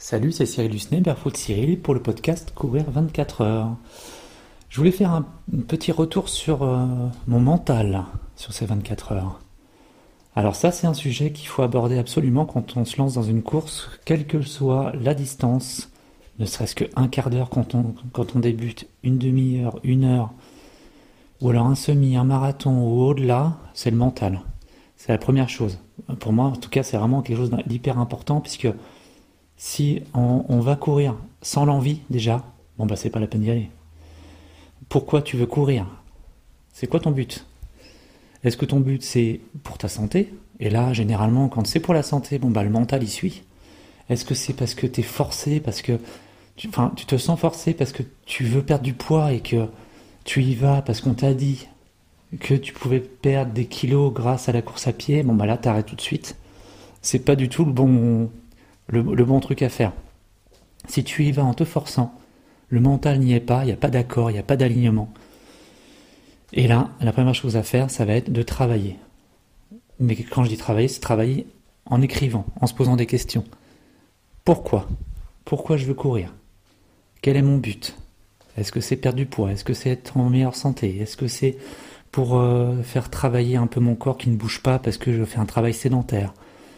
Salut, c'est Cyril Husnet, Barefoot Cyril, pour le podcast Courir 24 heures. Je voulais faire un petit retour sur mon mental, sur ces 24 heures. Alors ça, c'est un sujet qu'il faut aborder absolument quand on se lance dans une course, quelle que soit la distance, ne serait-ce qu'un quart d'heure quand on débute, une demi-heure, une heure, ou alors un semi, un marathon ou au-delà, c'est le mental. C'est la première chose. Pour moi, en tout cas, c'est vraiment quelque chose d'hyper important, puisque si on va courir sans l'envie, déjà, bon bah c'est pas la peine d'y aller. Pourquoi tu veux courir? C'est quoi ton but? Est-ce que ton but c'est pour ta santé? Et là, généralement, quand c'est pour la santé, bon bah le mental y suit. Est-ce que c'est parce que t'es forcé, parce que tu te sens forcé parce que tu veux perdre du poids et que tu y vas parce qu'on t'a dit que tu pouvais perdre des kilos grâce à la course à pied? Bon bah là, t'arrêtes tout de suite. C'est pas du tout le bon truc à faire. Si tu y vas en te forçant, le mental n'y est pas, il n'y a pas d'accord, il n'y a pas d'alignement. Et là, la première chose à faire, ça va être de travailler. Mais quand je dis travailler, c'est travailler en écrivant, en se posant des questions. Pourquoi? Pourquoi je veux courir? Quel est mon but? Est-ce que c'est perdre du poids? Est-ce que c'est être en meilleure santé? Est-ce que c'est pour faire travailler un peu mon corps qui ne bouge pas parce que je fais un travail sédentaire?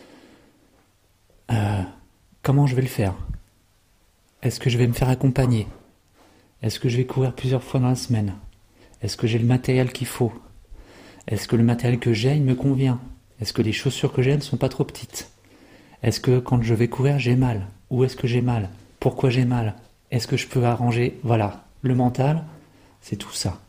Comment je vais le faire? Est-ce que je vais me faire accompagner? Est-ce que je vais courir plusieurs fois dans la semaine? Est-ce que j'ai le matériel qu'il faut? Est-ce que le matériel que j'ai, il me convient? Est-ce que les chaussures que j'ai ne sont pas trop petites? Est-ce que quand je vais courir, j'ai mal? Où est-ce que j'ai mal? Pourquoi j'ai mal? Est-ce que je peux arranger? Voilà, le mental, c'est tout ça.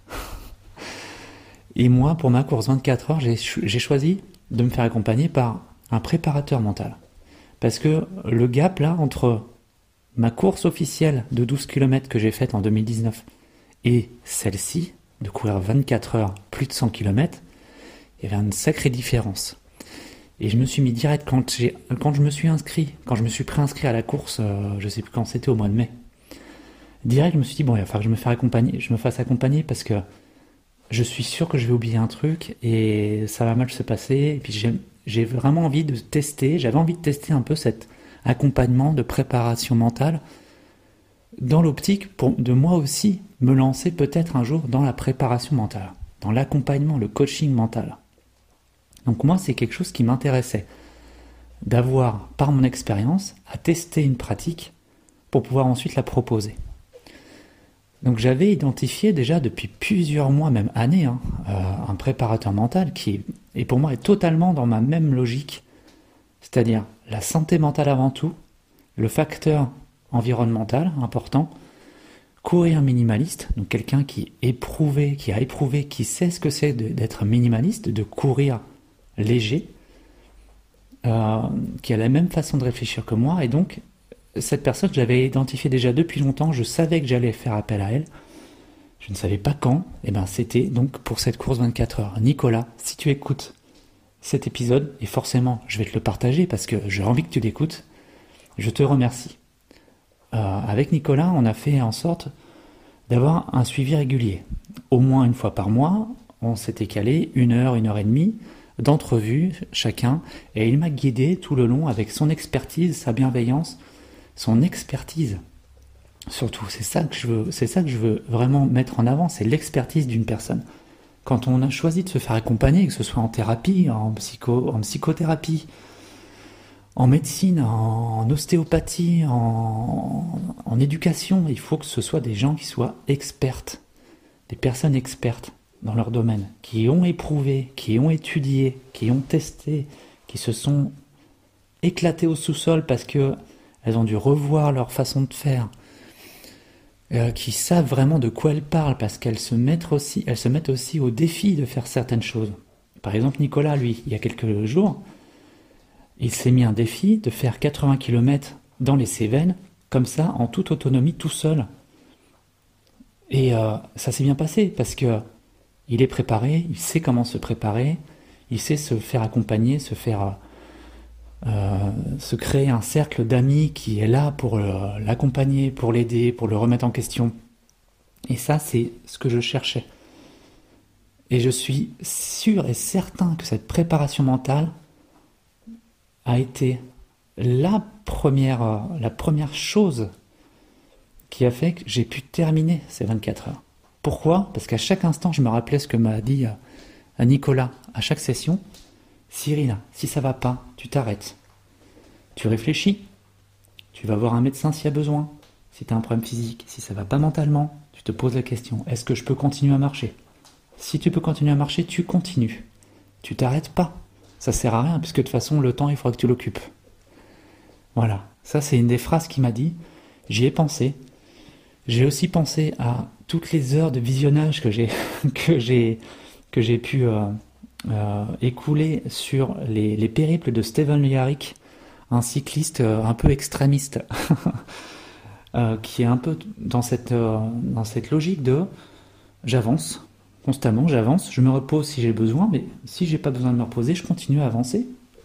Et moi, pour ma course 24 heures, j'ai choisi de me faire accompagner par un préparateur mental. Parce que le gap là entre ma course officielle de 12 km que j'ai faite en 2019 et celle-ci, de courir 24 heures, plus de 100 km, il y avait une sacrée différence. Et je me suis mis direct quand je me suis inscrit, quand je me suis préinscrit à la course, je sais plus quand c'était, au mois de mai. Direct, je me suis dit, bon, il va falloir que je me fasse accompagner parce que je suis sûr que je vais oublier un truc et ça va mal se passer. Et puis j'ai vraiment envie de tester, j'avais envie de tester un peu cet accompagnement de préparation mentale dans l'optique de moi aussi me lancer peut-être un jour dans la préparation mentale, dans l'accompagnement, le coaching mental. Donc moi, c'est quelque chose qui m'intéressait, d'avoir par mon expérience à tester une pratique pour pouvoir ensuite la proposer. Donc j'avais identifié déjà depuis plusieurs mois, même années, un préparateur mental qui est pour moi est totalement dans ma même logique, c'est-à-dire la santé mentale avant tout, le facteur environnemental important, courir minimaliste, donc quelqu'un qui a éprouvé, qui sait ce que c'est d'être minimaliste, de courir léger, qui a la même façon de réfléchir que moi, et donc cette personne, je l'avais identifiée déjà depuis longtemps, je savais que j'allais faire appel à elle, je ne savais pas quand, et ben c'était donc pour cette course 24 heures. Nicolas, si tu écoutes cet épisode, et forcément je vais te le partager parce que j'ai envie que tu l'écoutes, je te remercie. Avec Nicolas, on a fait en sorte d'avoir un suivi régulier. Au moins une fois par mois, on s'était calé 1 heure et demie d'entrevue chacun, et il m'a guidé tout le long avec son expertise, sa bienveillance, son expertise. Surtout, c'est ça que je veux vraiment mettre en avant, c'est l'expertise d'une personne. Quand on a choisi de se faire accompagner, que ce soit en thérapie, en psychothérapie, en médecine, en ostéopathie, en éducation, il faut que ce soit des gens qui soient expertes, des personnes expertes dans leur domaine, qui ont éprouvé, qui ont étudié, qui ont testé, qui se sont éclatées au sous-sol parce que elles ont dû revoir leur façon de faire, qui savent vraiment de quoi elles parlent parce qu'elles se mettent aussi au défi de faire certaines choses. Par exemple, Nicolas, lui, il y a quelques jours, il s'est mis un défi de faire 80 km dans les Cévennes, comme ça, en toute autonomie, tout seul. Et ça s'est bien passé, parce que il est préparé, il sait comment se préparer, il sait se faire accompagner, se créer un cercle d'amis qui est là pour l'accompagner, pour l'aider, pour le remettre en question. Et ça, c'est ce que je cherchais. Et je suis sûr et certain que cette préparation mentale a été la première chose qui a fait que j'ai pu terminer ces 24 heures. Pourquoi ? Parce qu'à chaque instant, je me rappelais ce que m'a dit Nicolas à chaque session. Cyril, si ça va pas, tu t'arrêtes. Tu réfléchis. Tu vas voir un médecin s'il y a besoin. Si tu as un problème physique, si ça va pas mentalement, tu te poses la question, est-ce que je peux continuer à marcher ? Si tu peux continuer à marcher, tu continues. Tu t'arrêtes pas. Ça sert à rien, puisque de toute façon, le temps, il faudra que tu l'occupes. Voilà. Ça, c'est une des phrases qu'il m'a dit. J'y ai pensé. J'ai aussi pensé à toutes les heures de visionnage que j'ai pu écouler sur les périples de Steven Yarrick, un cycliste un peu extrémiste, qui est un peu dans cette logique de j'avance constamment, je me repose si j'ai besoin, mais si j'ai pas besoin de me reposer, je continue à avancer.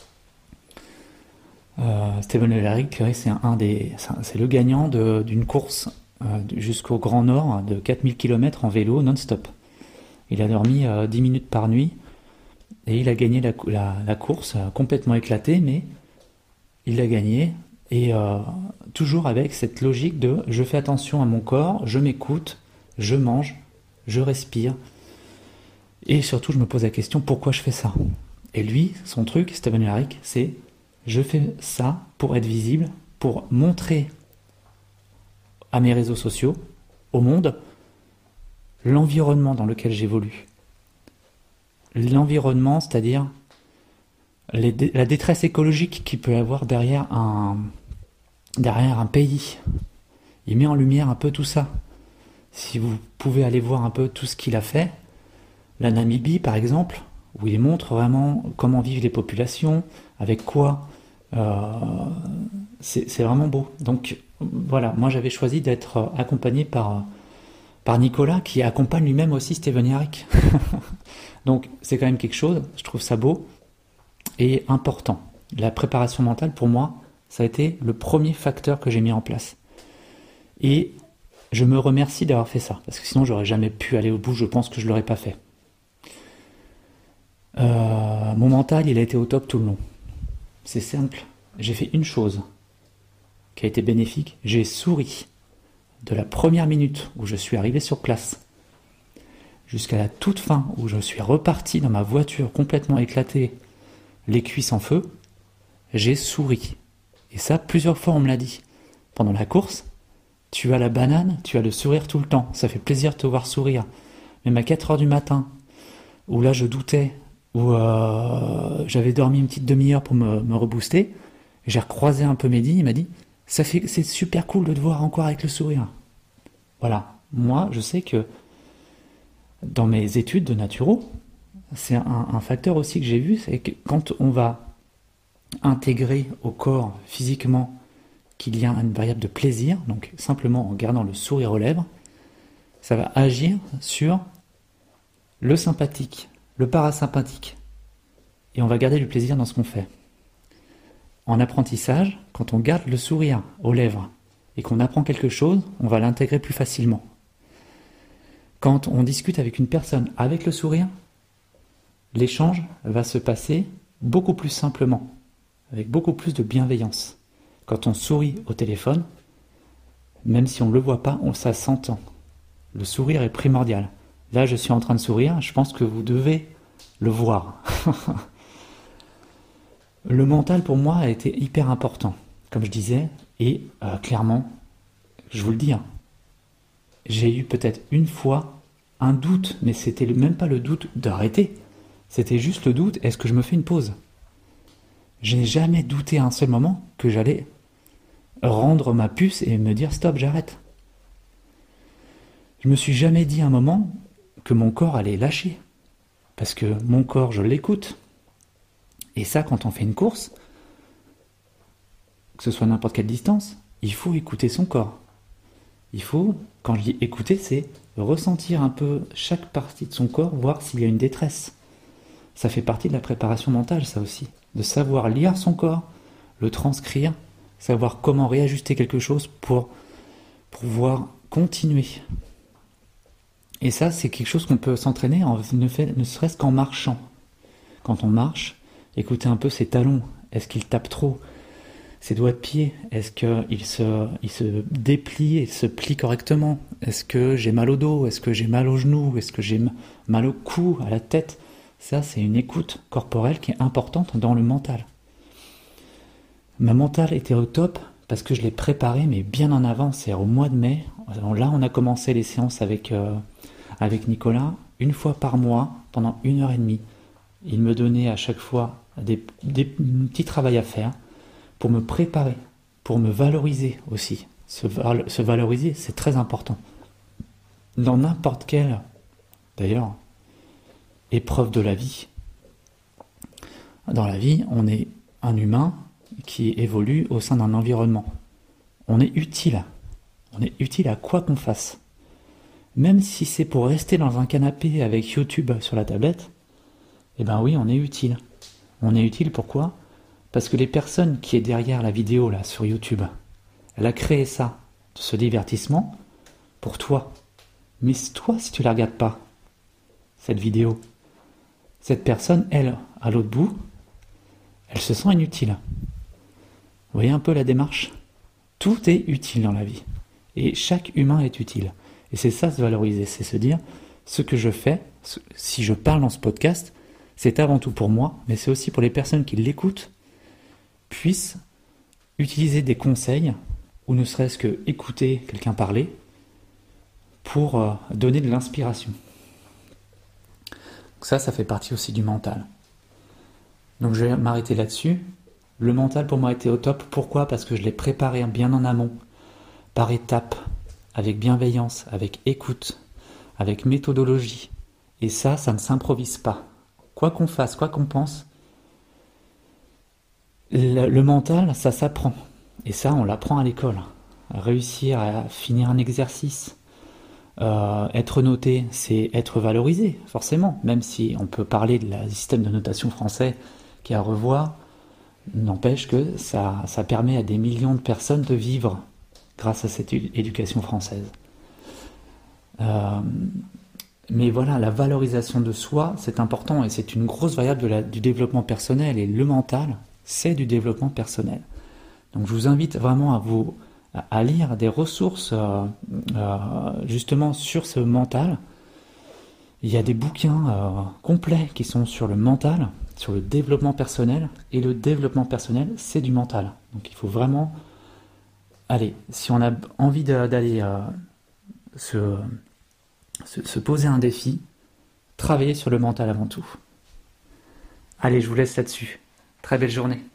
Steven Yarrick, c'est le gagnant d'une course jusqu'au Grand Nord de 4000 km en vélo non-stop. Il a dormi 10 minutes par nuit et il a gagné la course complètement éclatée, mais il l'a gagné et toujours avec cette logique de je fais attention à mon corps, je m'écoute, je mange, je respire et surtout je me pose la question pourquoi je fais ça. Et lui, son truc, Steven Yarrick, c'est je fais ça pour être visible, pour montrer à mes réseaux sociaux, au monde, l'environnement dans lequel j'évolue. L'environnement, c'est-à-dire la détresse écologique qu'il peut y avoir derrière un pays. Il met en lumière un peu tout ça. Si vous pouvez aller voir un peu tout ce qu'il a fait, la Namibie par exemple, où il montre vraiment comment vivent les populations, avec quoi, c'est vraiment beau. Donc voilà, moi j'avais choisi d'être accompagné par Nicolas, qui accompagne lui-même aussi Steven Yarrick. Donc c'est quand même quelque chose, je trouve ça beau et important. La préparation mentale, pour moi, ça a été le premier facteur que j'ai mis en place. Et je me remercie d'avoir fait ça, parce que sinon j'aurais jamais pu aller au bout, je pense que je l'aurais pas fait. Mon mental, il a été au top tout le long. C'est simple, j'ai fait une chose qui a été bénéfique, j'ai souri. De la première minute où je suis arrivé sur place jusqu'à la toute fin où je suis reparti dans ma voiture complètement éclatée, les cuisses en feu, j'ai souri. Et ça, plusieurs fois on me l'a dit. Pendant la course, tu as la banane, tu as le sourire tout le temps. Ça fait plaisir de te voir sourire. Même à 4 heures du matin, où là je doutais, où j'avais dormi une petite demi-heure pour me rebooster, j'ai recroisé un peu Mehdi, il m'a dit c'est super cool de te voir encore avec le sourire. Voilà, moi je sais que dans mes études de naturo, c'est un facteur aussi que j'ai vu, c'est que quand on va intégrer au corps physiquement qu'il y a une variable de plaisir, donc simplement en gardant le sourire aux lèvres, ça va agir sur le sympathique, le parasympathique, et on va garder du plaisir dans ce qu'on fait. En apprentissage, quand on garde le sourire aux lèvres et qu'on apprend quelque chose, on va l'intégrer plus facilement. Quand on discute avec une personne avec le sourire, l'échange va se passer beaucoup plus simplement, avec beaucoup plus de bienveillance. Quand on sourit au téléphone, même si on ne le voit pas, ça s'entend. Le sourire est primordial. Là, je suis en train de sourire, je pense que vous devez le voir. Le mental, pour moi, a été hyper important, comme je disais, et clairement, je vous le dis, j'ai eu peut-être une fois un doute, mais c'était même pas le doute d'arrêter, c'était juste le doute, est-ce que je me fais une pause ? Je n'ai jamais douté à un seul moment que j'allais rendre ma puce et me dire stop, j'arrête. Je me suis jamais dit à un moment que mon corps allait lâcher, parce que mon corps, je l'écoute. Et ça, quand on fait une course, que ce soit n'importe quelle distance, il faut écouter son corps. Il faut, quand je dis écouter, c'est ressentir un peu chaque partie de son corps, voir s'il y a une détresse. Ça fait partie de la préparation mentale, ça aussi. De savoir lire son corps, le transcrire, savoir comment réajuster quelque chose pour pouvoir continuer. Et ça, c'est quelque chose qu'on peut s'entraîner ne serait-ce qu'en marchant. Quand on marche, écoutez un peu ses talons. Est-ce qu'il tape trop ? Ses doigts de pied, est-ce qu'ils il se déplient et se plient correctement? Est-ce que j'ai mal au dos? Est-ce que j'ai mal aux genoux? Est-ce que j'ai mal au cou, à la tête? Ça, c'est une écoute corporelle qui est importante dans le mental. Ma mentale était au top parce que je l'ai préparée, mais bien en avance. C'est au mois de mai. Là, on a commencé les séances avec Nicolas, une fois par mois, pendant 1 heure et demie. Il me donnait à chaque fois des petits travaux à faire pour me préparer, pour me valoriser aussi. Se valoriser, c'est très important. Dans n'importe quelle, d'ailleurs, épreuve de la vie. Dans la vie, on est un humain qui évolue au sein d'un environnement. On est utile. On est utile à quoi qu'on fasse. Même si c'est pour rester dans un canapé avec YouTube sur la tablette, eh ben oui, on est utile. On est utile pourquoi ? Parce que les personnes qui est derrière la vidéo là sur YouTube, elle a créé ça, ce divertissement, pour toi. Mais toi, si tu la regardes pas, cette vidéo, cette personne, elle, à l'autre bout, elle se sent inutile. Vous voyez un peu la démarche ? Tout est utile dans la vie. Et chaque humain est utile. Et c'est ça, se valoriser, c'est se dire, ce que je fais, si je parle dans ce podcast, c'est avant tout pour moi, mais c'est aussi pour les personnes qui l'écoutent, puissent utiliser des conseils, ou ne serait-ce que écouter quelqu'un parler, pour donner de l'inspiration. Donc ça fait partie aussi du mental. Donc je vais m'arrêter là-dessus. Le mental pour moi était au top. Pourquoi ? Parce que je l'ai préparé bien en amont, par étapes, avec bienveillance, avec écoute, avec méthodologie. Et ça ne s'improvise pas. Quoi qu'on fasse, quoi qu'on pense, le mental, ça s'apprend. Et ça, on l'apprend à l'école. Réussir à finir un exercice, être noté, c'est être valorisé, forcément. Même si on peut parler de la système de notation français qui est à revoir, n'empêche que ça permet à des millions de personnes de vivre grâce à cette éducation française. Mais voilà, la valorisation de soi, c'est important et c'est une grosse variable du développement personnel. Et le mental, c'est du développement personnel. Donc je vous invite vraiment à lire des ressources justement sur ce mental. Il y a des bouquins complets qui sont sur le mental, sur le développement personnel. Et le développement personnel, c'est du mental. Donc il faut vraiment... Allez, si on a envie d'aller se poser un défi, travailler sur le mental avant tout. Allez, je vous laisse là-dessus. Très belle journée.